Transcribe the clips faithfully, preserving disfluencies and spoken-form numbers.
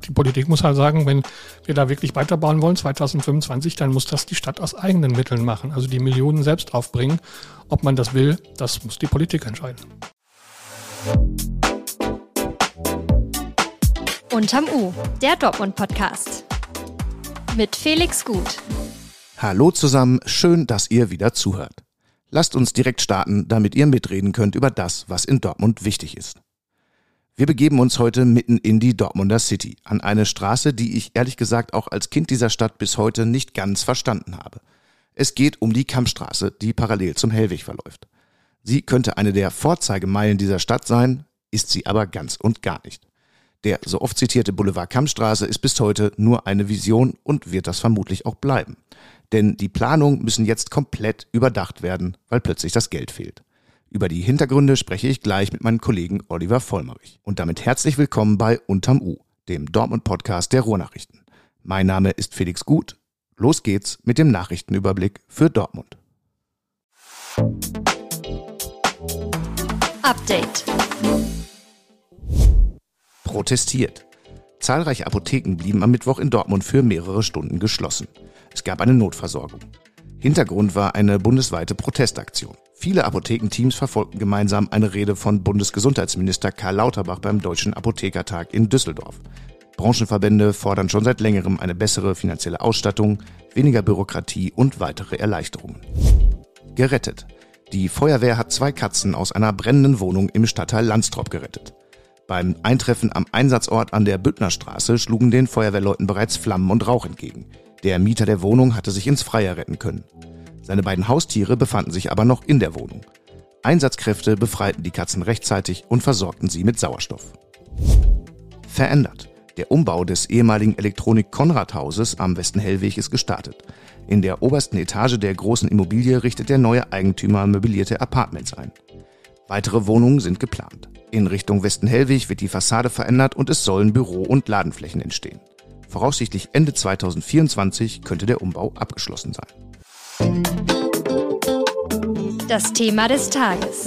die Politik muss halt sagen, wenn wir da wirklich weiterbauen wollen, zwanzig fünfundzwanzig, dann muss das die Stadt aus eigenen Mitteln machen. Also die Millionen selbst aufbringen. Ob man das will, das muss die Politik entscheiden. Unterm U, der Dortmund-Podcast. Mit Felix Gut. Hallo zusammen, schön, dass ihr wieder zuhört. Lasst uns direkt starten, damit ihr mitreden könnt über das, was in Dortmund wichtig ist. Wir begeben uns heute mitten in die Dortmunder City, an eine Straße, die ich ehrlich gesagt auch als Kind dieser Stadt bis heute nicht ganz verstanden habe. Es geht um die Kammstraße, die parallel zum Hellweg verläuft. Sie könnte eine der Vorzeigemeilen dieser Stadt sein, ist sie aber ganz und gar nicht. Der so oft zitierte Boulevard Kammstraße ist bis heute nur eine Vision und wird das vermutlich auch bleiben. Denn die Planungen müssen jetzt komplett überdacht werden, weil plötzlich das Geld fehlt. Über die Hintergründe spreche ich gleich mit meinem Kollegen Oliver Vollmerich. Und damit herzlich willkommen bei Unterm U, dem Dortmund-Podcast der Ruhrnachrichten. Mein Name ist Felix Gut. Los geht's mit dem Nachrichtenüberblick für Dortmund. Update. Protestiert. Zahlreiche Apotheken blieben am Mittwoch in Dortmund für mehrere Stunden geschlossen. Es gab eine Notversorgung. Hintergrund war eine bundesweite Protestaktion. Viele Apothekenteams verfolgten gemeinsam eine Rede von Bundesgesundheitsminister Karl Lauterbach beim Deutschen Apothekertag in Düsseldorf. Branchenverbände fordern schon seit längerem eine bessere finanzielle Ausstattung, weniger Bürokratie und weitere Erleichterungen. Gerettet. Die Feuerwehr hat zwei Katzen aus einer brennenden Wohnung im Stadtteil Landstrop gerettet. Beim Eintreffen am Einsatzort an der Büttnerstraße schlugen den Feuerwehrleuten bereits Flammen und Rauch entgegen. Der Mieter der Wohnung hatte sich ins Freie retten können. Seine beiden Haustiere befanden sich aber noch in der Wohnung. Einsatzkräfte befreiten die Katzen rechtzeitig und versorgten sie mit Sauerstoff. Verändert. Der Umbau des ehemaligen Elektronik-Konrad-Hauses am Westen-Hellweg ist gestartet. In der obersten Etage der großen Immobilie richtet der neue Eigentümer möblierte Apartments ein. Weitere Wohnungen sind geplant. In Richtung Westen-Hellweg wird die Fassade verändert und es sollen Büro- und Ladenflächen entstehen. Voraussichtlich Ende zwanzig vierundzwanzig könnte der Umbau abgeschlossen sein. Das Thema des Tages.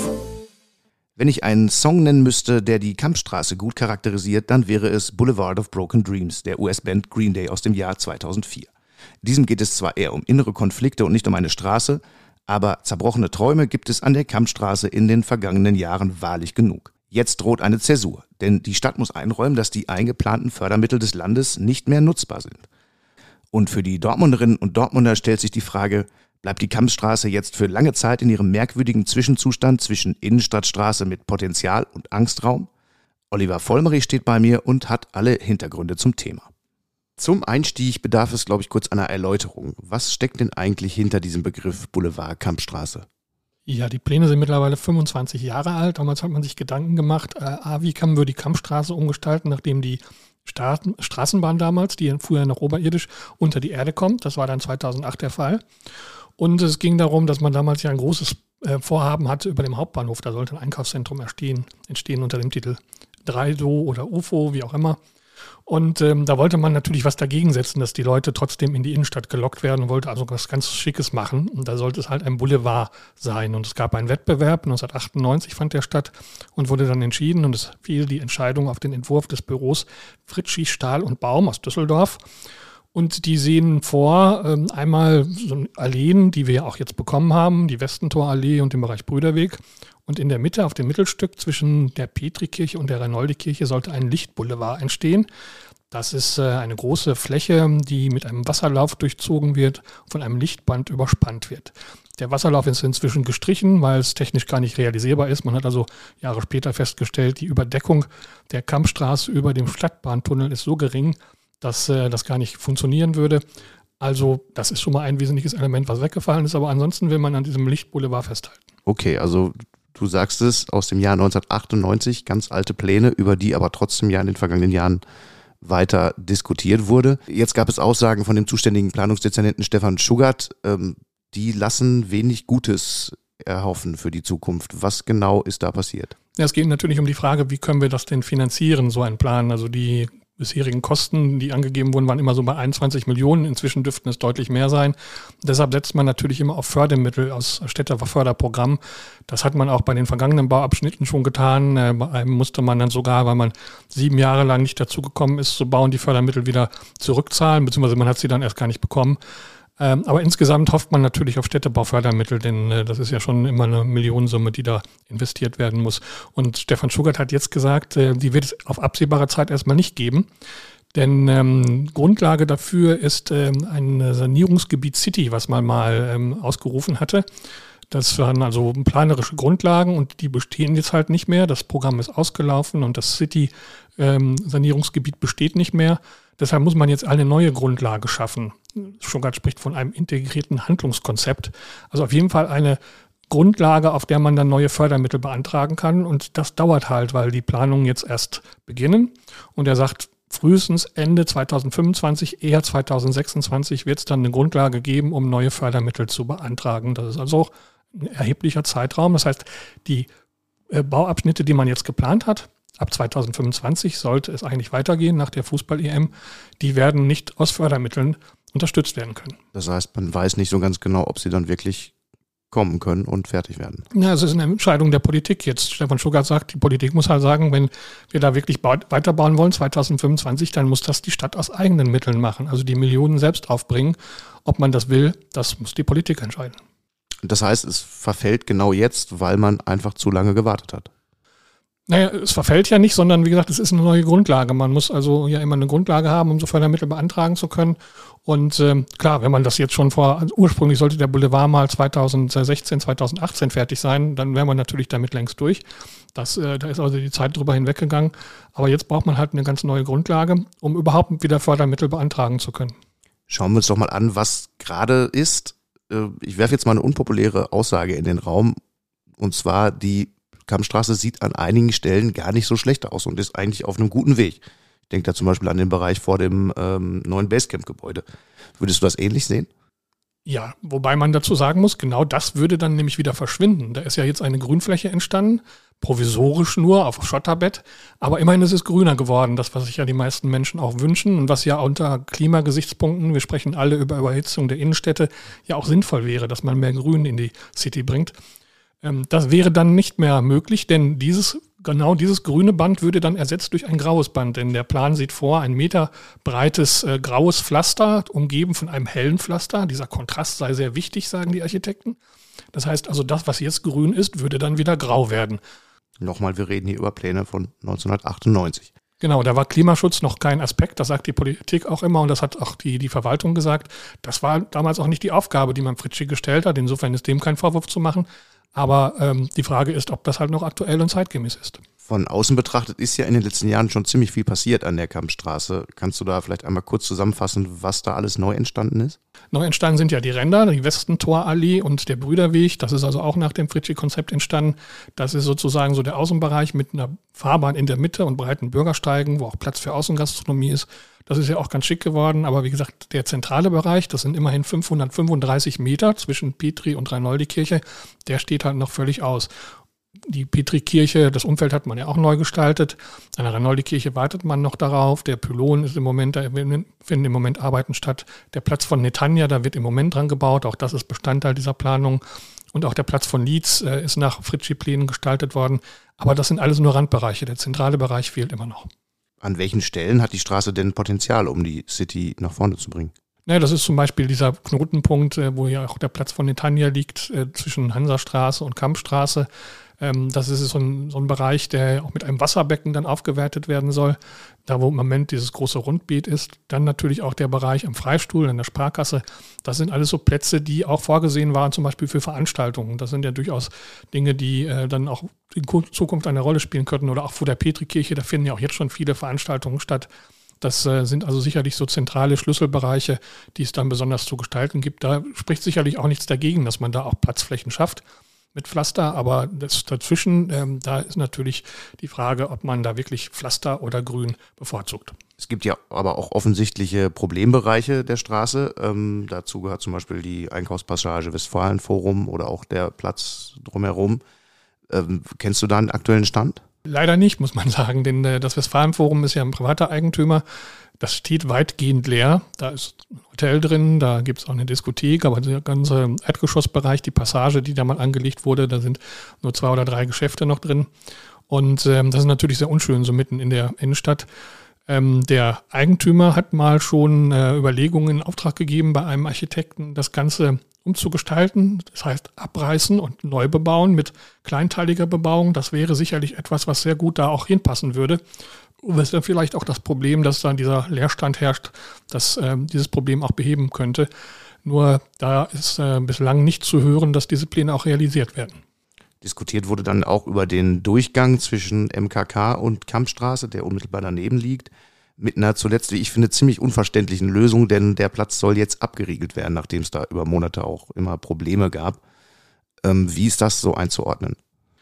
Wenn ich einen Song nennen müsste, der die Kammstraße gut charakterisiert, dann wäre es Boulevard of Broken Dreams der U S-Band Green Day aus dem Jahr zweitausendvier. In diesem geht es zwar eher um innere Konflikte und nicht um eine Straße, aber zerbrochene Träume gibt es an der Kammstraße in den vergangenen Jahren wahrlich genug. Jetzt droht eine Zäsur, denn die Stadt muss einräumen, dass die eingeplanten Fördermittel des Landes nicht mehr nutzbar sind. Und für die Dortmunderinnen und Dortmunder stellt sich die Frage, bleibt die Kammstraße jetzt für lange Zeit in ihrem merkwürdigen Zwischenzustand zwischen Innenstadtstraße mit Potenzial und Angstraum? Oliver Vollmerich steht bei mir und hat alle Hintergründe zum Thema. Zum Einstieg bedarf es, glaube ich, kurz einer Erläuterung. Was steckt denn eigentlich hinter diesem Begriff Boulevard Kammstraße? Ja, die Pläne sind mittlerweile fünfundzwanzig Jahre alt. Damals hat man sich Gedanken gemacht, äh, A, wie kann man die Kammstraße umgestalten, nachdem die Stra- Straßenbahn damals, die früher noch oberirdisch unter die Erde kommt. Das war dann zweitausendacht der Fall. Und es ging darum, dass man damals ja ein großes äh, Vorhaben hatte über dem Hauptbahnhof. Da sollte ein Einkaufszentrum entstehen, entstehen unter dem Titel drei D O oder U F O, wie auch immer. Und ähm, da wollte man natürlich was dagegen setzen, dass die Leute trotzdem in die Innenstadt gelockt werden und wollte also was ganz Schickes machen. Und da sollte es halt ein Boulevard sein. Und es gab einen Wettbewerb, neunzehnhundertachtundneunzig fand der statt und wurde dann entschieden. Und es fiel die Entscheidung auf den Entwurf des Büros Fritschi, Stahl und Baum aus Düsseldorf. Und die sehen vor, ähm, einmal so Alleen, die wir ja auch jetzt bekommen haben, die Westentorallee und den Bereich Brüderweg. Und in der Mitte, auf dem Mittelstück zwischen der Petrikirche und der Reinoldi-Kirche, sollte ein Lichtboulevard entstehen. Das ist äh, eine große Fläche, die mit einem Wasserlauf durchzogen wird, von einem Lichtband überspannt wird. Der Wasserlauf ist inzwischen gestrichen, weil es technisch gar nicht realisierbar ist. Man hat also Jahre später festgestellt, die Überdeckung der Kammstraße über dem Stadtbahntunnel ist so gering, dass äh, das gar nicht funktionieren würde. Also das ist schon mal ein wesentliches Element, was weggefallen ist. Aber ansonsten will man an diesem Lichtboulevard festhalten. Okay, also du sagst es, aus dem Jahr neunzehnhundertachtundneunzig, ganz alte Pläne, über die aber trotzdem ja in den vergangenen Jahren weiter diskutiert wurde. Jetzt gab es Aussagen von dem zuständigen Planungsdezernenten Stefan Schuggart, ähm, die lassen wenig Gutes erhoffen für die Zukunft. Was genau ist da passiert? Ja, es geht natürlich um die Frage, wie können wir das denn finanzieren, so ein Plan. Also die bisherigen Kosten, die angegeben wurden, waren immer so bei einundzwanzig Millionen. Inzwischen dürften es deutlich mehr sein. Deshalb setzt man natürlich immer auf Fördermittel aus Städteförderprogramm. Das hat man auch bei den vergangenen Bauabschnitten schon getan. Bei einem musste man dann sogar, weil man sieben Jahre lang nicht dazu gekommen ist zu bauen, die Fördermittel wieder zurückzahlen, beziehungsweise man hat sie dann erst gar nicht bekommen. Aber insgesamt hofft man natürlich auf Städtebaufördermittel, denn das ist ja schon immer eine Millionensumme, die da investiert werden muss. Und Stefan Schuckert hat jetzt gesagt, die wird es auf absehbare Zeit erstmal nicht geben. Denn ähm, Grundlage dafür ist ähm, ein Sanierungsgebiet City, was man mal ähm, ausgerufen hatte. Das waren also planerische Grundlagen und die bestehen jetzt halt nicht mehr. Das Programm ist ausgelaufen und das City-Sanierungsgebiet ähm, besteht nicht mehr. Deshalb muss man jetzt eine neue Grundlage schaffen. Schuckert spricht von einem integrierten Handlungskonzept. Also auf jeden Fall eine Grundlage, auf der man dann neue Fördermittel beantragen kann. Und das dauert halt, weil die Planungen jetzt erst beginnen. Und er sagt, frühestens Ende zweitausendfünfundzwanzig, eher zweitausendsechsundzwanzig wird es dann eine Grundlage geben, um neue Fördermittel zu beantragen. Das ist also auch ein erheblicher Zeitraum. Das heißt, die äh, Bauabschnitte, die man jetzt geplant hat, ab zweitausendfünfundzwanzig sollte es eigentlich weitergehen nach der Fußball-E M, die werden nicht aus Fördermitteln unterstützt werden können. Das heißt, man weiß nicht so ganz genau, ob sie dann wirklich kommen können und fertig werden. Ja, es ist eine Entscheidung der Politik jetzt. Stefan Schuckert sagt, die Politik muss halt sagen, wenn wir da wirklich weiterbauen wollen, zweitausendfünfundzwanzig, dann muss das die Stadt aus eigenen Mitteln machen, also die Millionen selbst aufbringen. Ob man das will, das muss die Politik entscheiden. Das heißt, es verfällt genau jetzt, weil man einfach zu lange gewartet hat. Naja, es verfällt ja nicht, sondern wie gesagt, es ist eine neue Grundlage. Man muss also ja immer eine Grundlage haben, um so Fördermittel beantragen zu können. Und ähm, klar, wenn man das jetzt schon vor, also ursprünglich sollte der Boulevard mal zweitausendsechzehn, zweitausendachtzehn fertig sein, dann wäre man natürlich damit längst durch. Das, äh, da ist also die Zeit drüber hinweggegangen. Aber jetzt braucht man halt eine ganz neue Grundlage, um überhaupt wieder Fördermittel beantragen zu können. Schauen wir uns doch mal an, was gerade ist. Ich werfe jetzt mal eine unpopuläre Aussage in den Raum. Und zwar, die Kammstraße sieht an einigen Stellen gar nicht so schlecht aus und ist eigentlich auf einem guten Weg. Ich denke da zum Beispiel an den Bereich vor dem ähm, neuen Basecamp-Gebäude. Würdest du das ähnlich sehen? Ja, wobei man dazu sagen muss, genau das würde dann nämlich wieder verschwinden. Da ist ja jetzt eine Grünfläche entstanden, provisorisch nur auf Schotterbett, aber immerhin ist es grüner geworden, das, was sich ja die meisten Menschen auch wünschen und was ja unter Klimagesichtspunkten, wir sprechen alle über Überhitzung der Innenstädte, ja auch sinnvoll wäre, dass man mehr Grün in die City bringt. Das wäre dann nicht mehr möglich, denn dieses, genau dieses grüne Band würde dann ersetzt durch ein graues Band. Denn der Plan sieht vor, ein Meter breites äh, graues Pflaster, umgeben von einem hellen Pflaster. Dieser Kontrast sei sehr wichtig, sagen die Architekten. Das heißt also, das, was jetzt grün ist, würde dann wieder grau werden. Nochmal, wir reden hier über Pläne von neunzehnhundertachtundneunzig. Genau, da war Klimaschutz noch kein Aspekt, das sagt die Politik auch immer und das hat auch die, die Verwaltung gesagt. Das war damals auch nicht die Aufgabe, die man Fritschi gestellt hat. Insofern ist dem kein Vorwurf zu machen. Aber ähm, die Frage ist, ob das halt noch aktuell und zeitgemäß ist. Von außen betrachtet ist ja in den letzten Jahren schon ziemlich viel passiert an der Kammstraße. Kannst du da vielleicht einmal kurz zusammenfassen, was da alles neu entstanden ist? Neu entstanden sind ja die Ränder, die Westentorallee und der Brüderweg. Das ist also auch nach dem Fritschi-Konzept entstanden. Das ist sozusagen so der Außenbereich mit einer Fahrbahn in der Mitte und breiten Bürgersteigen, wo auch Platz für Außengastronomie ist. Das ist ja auch ganz schick geworden, aber wie gesagt, der zentrale Bereich, das sind immerhin fünfhundertfünfunddreißig Meter zwischen Petri und Reinoldi-Kirche, der steht halt noch völlig aus. Die Petri-Kirche, das Umfeld hat man ja auch neu gestaltet. An der Reinoldi-Kirche wartet man noch darauf. Der Pylon ist im Moment, da finden im Moment Arbeiten statt. Der Platz von Netanya, da wird im Moment dran gebaut. Auch das ist Bestandteil dieser Planung. Und auch der Platz von Lietz äh, ist nach Fritschi-Plänen gestaltet worden. Aber das sind alles nur Randbereiche. Der zentrale Bereich fehlt immer noch. An welchen Stellen hat die Straße denn Potenzial, um die City nach vorne zu bringen? Ja, das ist zum Beispiel dieser Knotenpunkt, wo ja auch der Platz von Netanya liegt, äh, zwischen Hansastraße und Kampstraße. Ähm, das ist so ein, so ein Bereich, der auch mit einem Wasserbecken dann aufgewertet werden soll. Da, wo im Moment dieses große Rundbeet ist. Dann natürlich auch der Bereich am Freistuhl, an der Sparkasse. Das sind alles so Plätze, die auch vorgesehen waren, zum Beispiel für Veranstaltungen. Das sind ja durchaus Dinge, die äh, dann auch in Zukunft eine Rolle spielen könnten. Oder auch vor der Petri-Kirche, da finden ja auch jetzt schon viele Veranstaltungen statt. Das äh, sind also sicherlich so zentrale Schlüsselbereiche, die es dann besonders zu gestalten gibt. Da spricht sicherlich auch nichts dagegen, dass man da auch Platzflächen schafft mit Pflaster, aber das dazwischen, ähm, da ist natürlich die Frage, ob man da wirklich Pflaster oder Grün bevorzugt. Es gibt ja aber auch offensichtliche Problembereiche der Straße. Ähm, dazu gehört zum Beispiel die Einkaufspassage Westfalenforum oder auch der Platz drumherum. Ähm, kennst du da einen aktuellen Stand? Leider nicht, muss man sagen, denn äh, das Westfalenforum ist ja ein privater Eigentümer. Das steht weitgehend leer. Da ist ein Hotel drin, da gibt es auch eine Diskothek, aber der ganze Erdgeschossbereich, die Passage, die da mal angelegt wurde, da sind nur zwei oder drei Geschäfte noch drin. Und ähm, das ist natürlich sehr unschön, so mitten in der Innenstadt. Ähm, der Eigentümer hat mal schon äh, Überlegungen in Auftrag gegeben, bei einem Architekten das Ganze umzugestalten. Das heißt abreißen und neu bebauen mit kleinteiliger Bebauung. Das wäre sicherlich etwas, was sehr gut da auch hinpassen würde. Und es ist dann vielleicht auch das Problem, dass dann dieser Leerstand herrscht, dass äh, dieses Problem auch beheben könnte. Nur da ist äh, bislang nicht zu hören, dass diese Pläne auch realisiert werden. Diskutiert wurde dann auch über den Durchgang zwischen M K K und Kampstraße, der unmittelbar daneben liegt, mit einer zuletzt, wie ich finde, ziemlich unverständlichen Lösung, denn der Platz soll jetzt abgeriegelt werden, nachdem es da über Monate auch immer Probleme gab. Ähm, wie ist das so einzuordnen?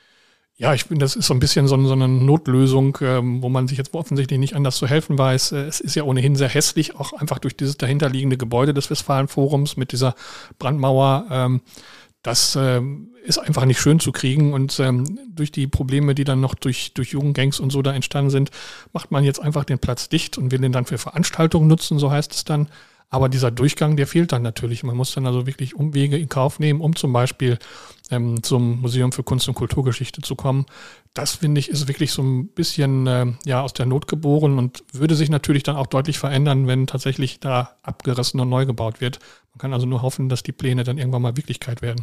Ja, ich finde, das ist so ein bisschen so, so eine Notlösung, ähm, wo man sich jetzt offensichtlich nicht anders zu helfen weiß. Äh, es ist ja ohnehin sehr hässlich, auch einfach durch dieses dahinterliegende Gebäude des Westfalenforums mit dieser Brandmauer. Ähm, das ähm, ist einfach nicht schön zu kriegen und ähm, durch die Probleme, die dann noch durch, durch Jugendgangs und so da entstanden sind, macht man jetzt einfach den Platz dicht und will den dann für Veranstaltungen nutzen, so heißt es dann. Aber dieser Durchgang, der fehlt dann natürlich. Man muss dann also wirklich Umwege in Kauf nehmen, um zum Beispiel ähm, zum Museum für Kunst und Kulturgeschichte zu kommen. Das, finde ich, ist wirklich so ein bisschen äh, ja, aus der Not geboren und würde sich natürlich dann auch deutlich verändern, wenn tatsächlich da abgerissen und neu gebaut wird. Man kann also nur hoffen, dass die Pläne dann irgendwann mal Wirklichkeit werden.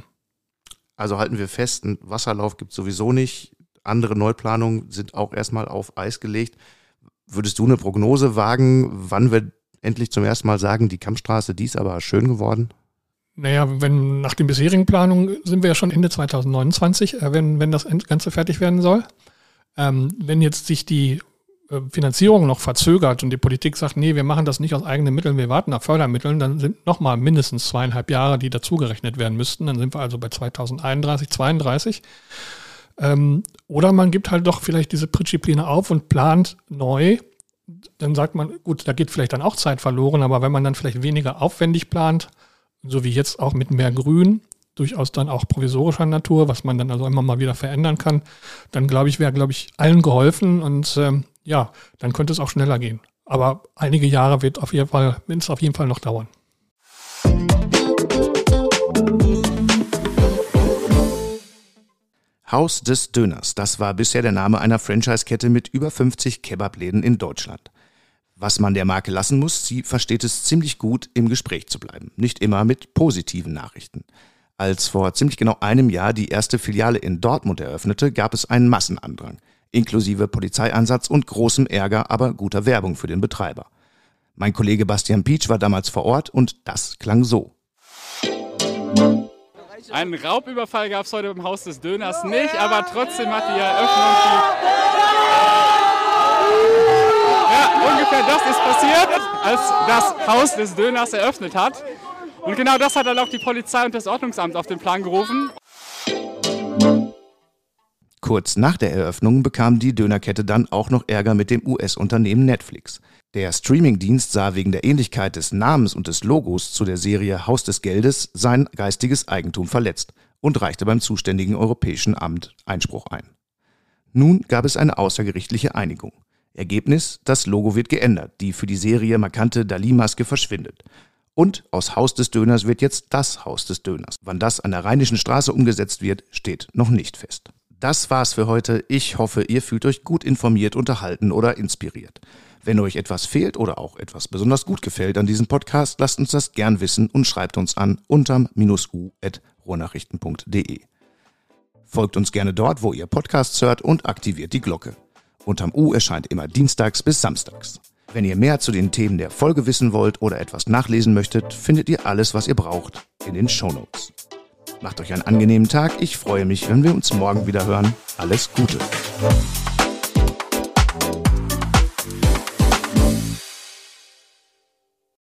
Also halten wir fest, einen Wasserlauf gibt es sowieso nicht. Andere Neuplanungen sind auch erstmal auf Eis gelegt. Würdest du eine Prognose wagen, wann wir endlich zum ersten Mal sagen, die Kampstraße, die ist aber schön geworden? Naja, wenn nach den bisherigen Planungen sind wir ja schon Ende zwanzig neunundzwanzig, äh, wenn, wenn das Ganze fertig werden soll. Ähm, wenn jetzt sich die äh, Finanzierung noch verzögert und die Politik sagt, nee, wir machen das nicht aus eigenen Mitteln, wir warten auf Fördermitteln, dann sind nochmal mindestens zweieinhalb Jahre, die dazugerechnet werden müssten. Dann sind wir also bei zwanzig einunddreißig, zweiunddreißig. Ähm, oder man gibt halt doch vielleicht diese Pritschi-Pläne auf und plant neu. Dann sagt man, gut, da geht vielleicht dann auch Zeit verloren, aber wenn man dann vielleicht weniger aufwendig plant, so wie jetzt auch mit mehr Grün, durchaus dann auch provisorischer Natur, was man dann also immer mal wieder verändern kann, dann glaube ich, wäre, glaube ich, allen geholfen und ähm, ja, dann könnte es auch schneller gehen. Aber einige Jahre wird auf jeden Fall, wird es auf jeden Fall noch dauern. Haus des Döners, das war bisher der Name einer Franchise-Kette mit über fünfzig Kebab-Läden in Deutschland. Was man der Marke lassen muss, sie versteht es ziemlich gut, im Gespräch zu bleiben. Nicht immer mit positiven Nachrichten. Als vor ziemlich genau einem Jahr die erste Filiale in Dortmund eröffnete, gab es einen Massenandrang, inklusive Polizeieinsatz und großem Ärger, aber guter Werbung für den Betreiber. Mein Kollege Bastian Pietsch war damals vor Ort und das klang so. Einen Raubüberfall gab es heute im Haus des Döners nicht, aber trotzdem hat die Eröffnung die... Ja, ungefähr das ist passiert, als das Haus des Döners eröffnet hat. Und genau das hat dann auch die Polizei und das Ordnungsamt auf den Plan gerufen. Kurz nach der Eröffnung bekam die Dönerkette dann auch noch Ärger mit dem U S-Unternehmen Netflix. Der Streamingdienst sah wegen der Ähnlichkeit des Namens und des Logos zu der Serie Haus des Geldes sein geistiges Eigentum verletzt und reichte beim zuständigen Europäischen Amt Einspruch ein. Nun gab es eine außergerichtliche Einigung. Ergebnis: Das Logo wird geändert, die für die Serie markante Dali-Maske verschwindet. Und aus Haus des Döners wird jetzt das Haus des Döners. Wann das an der Rheinischen Straße umgesetzt wird, steht noch nicht fest. Das war's für heute. Ich hoffe, ihr fühlt euch gut informiert, unterhalten oder inspiriert. Wenn euch etwas fehlt oder auch etwas besonders gut gefällt an diesem Podcast, lasst uns das gern wissen und schreibt uns an unterm u at ruhrnachrichten punkt de. Folgt uns gerne dort, wo ihr Podcasts hört und aktiviert die Glocke. Unterm U erscheint immer dienstags bis samstags. Wenn ihr mehr zu den Themen der Folge wissen wollt oder etwas nachlesen möchtet, findet ihr alles, was ihr braucht, in den Shownotes. Macht euch einen angenehmen Tag. Ich freue mich, wenn wir uns morgen wieder hören. Alles Gute.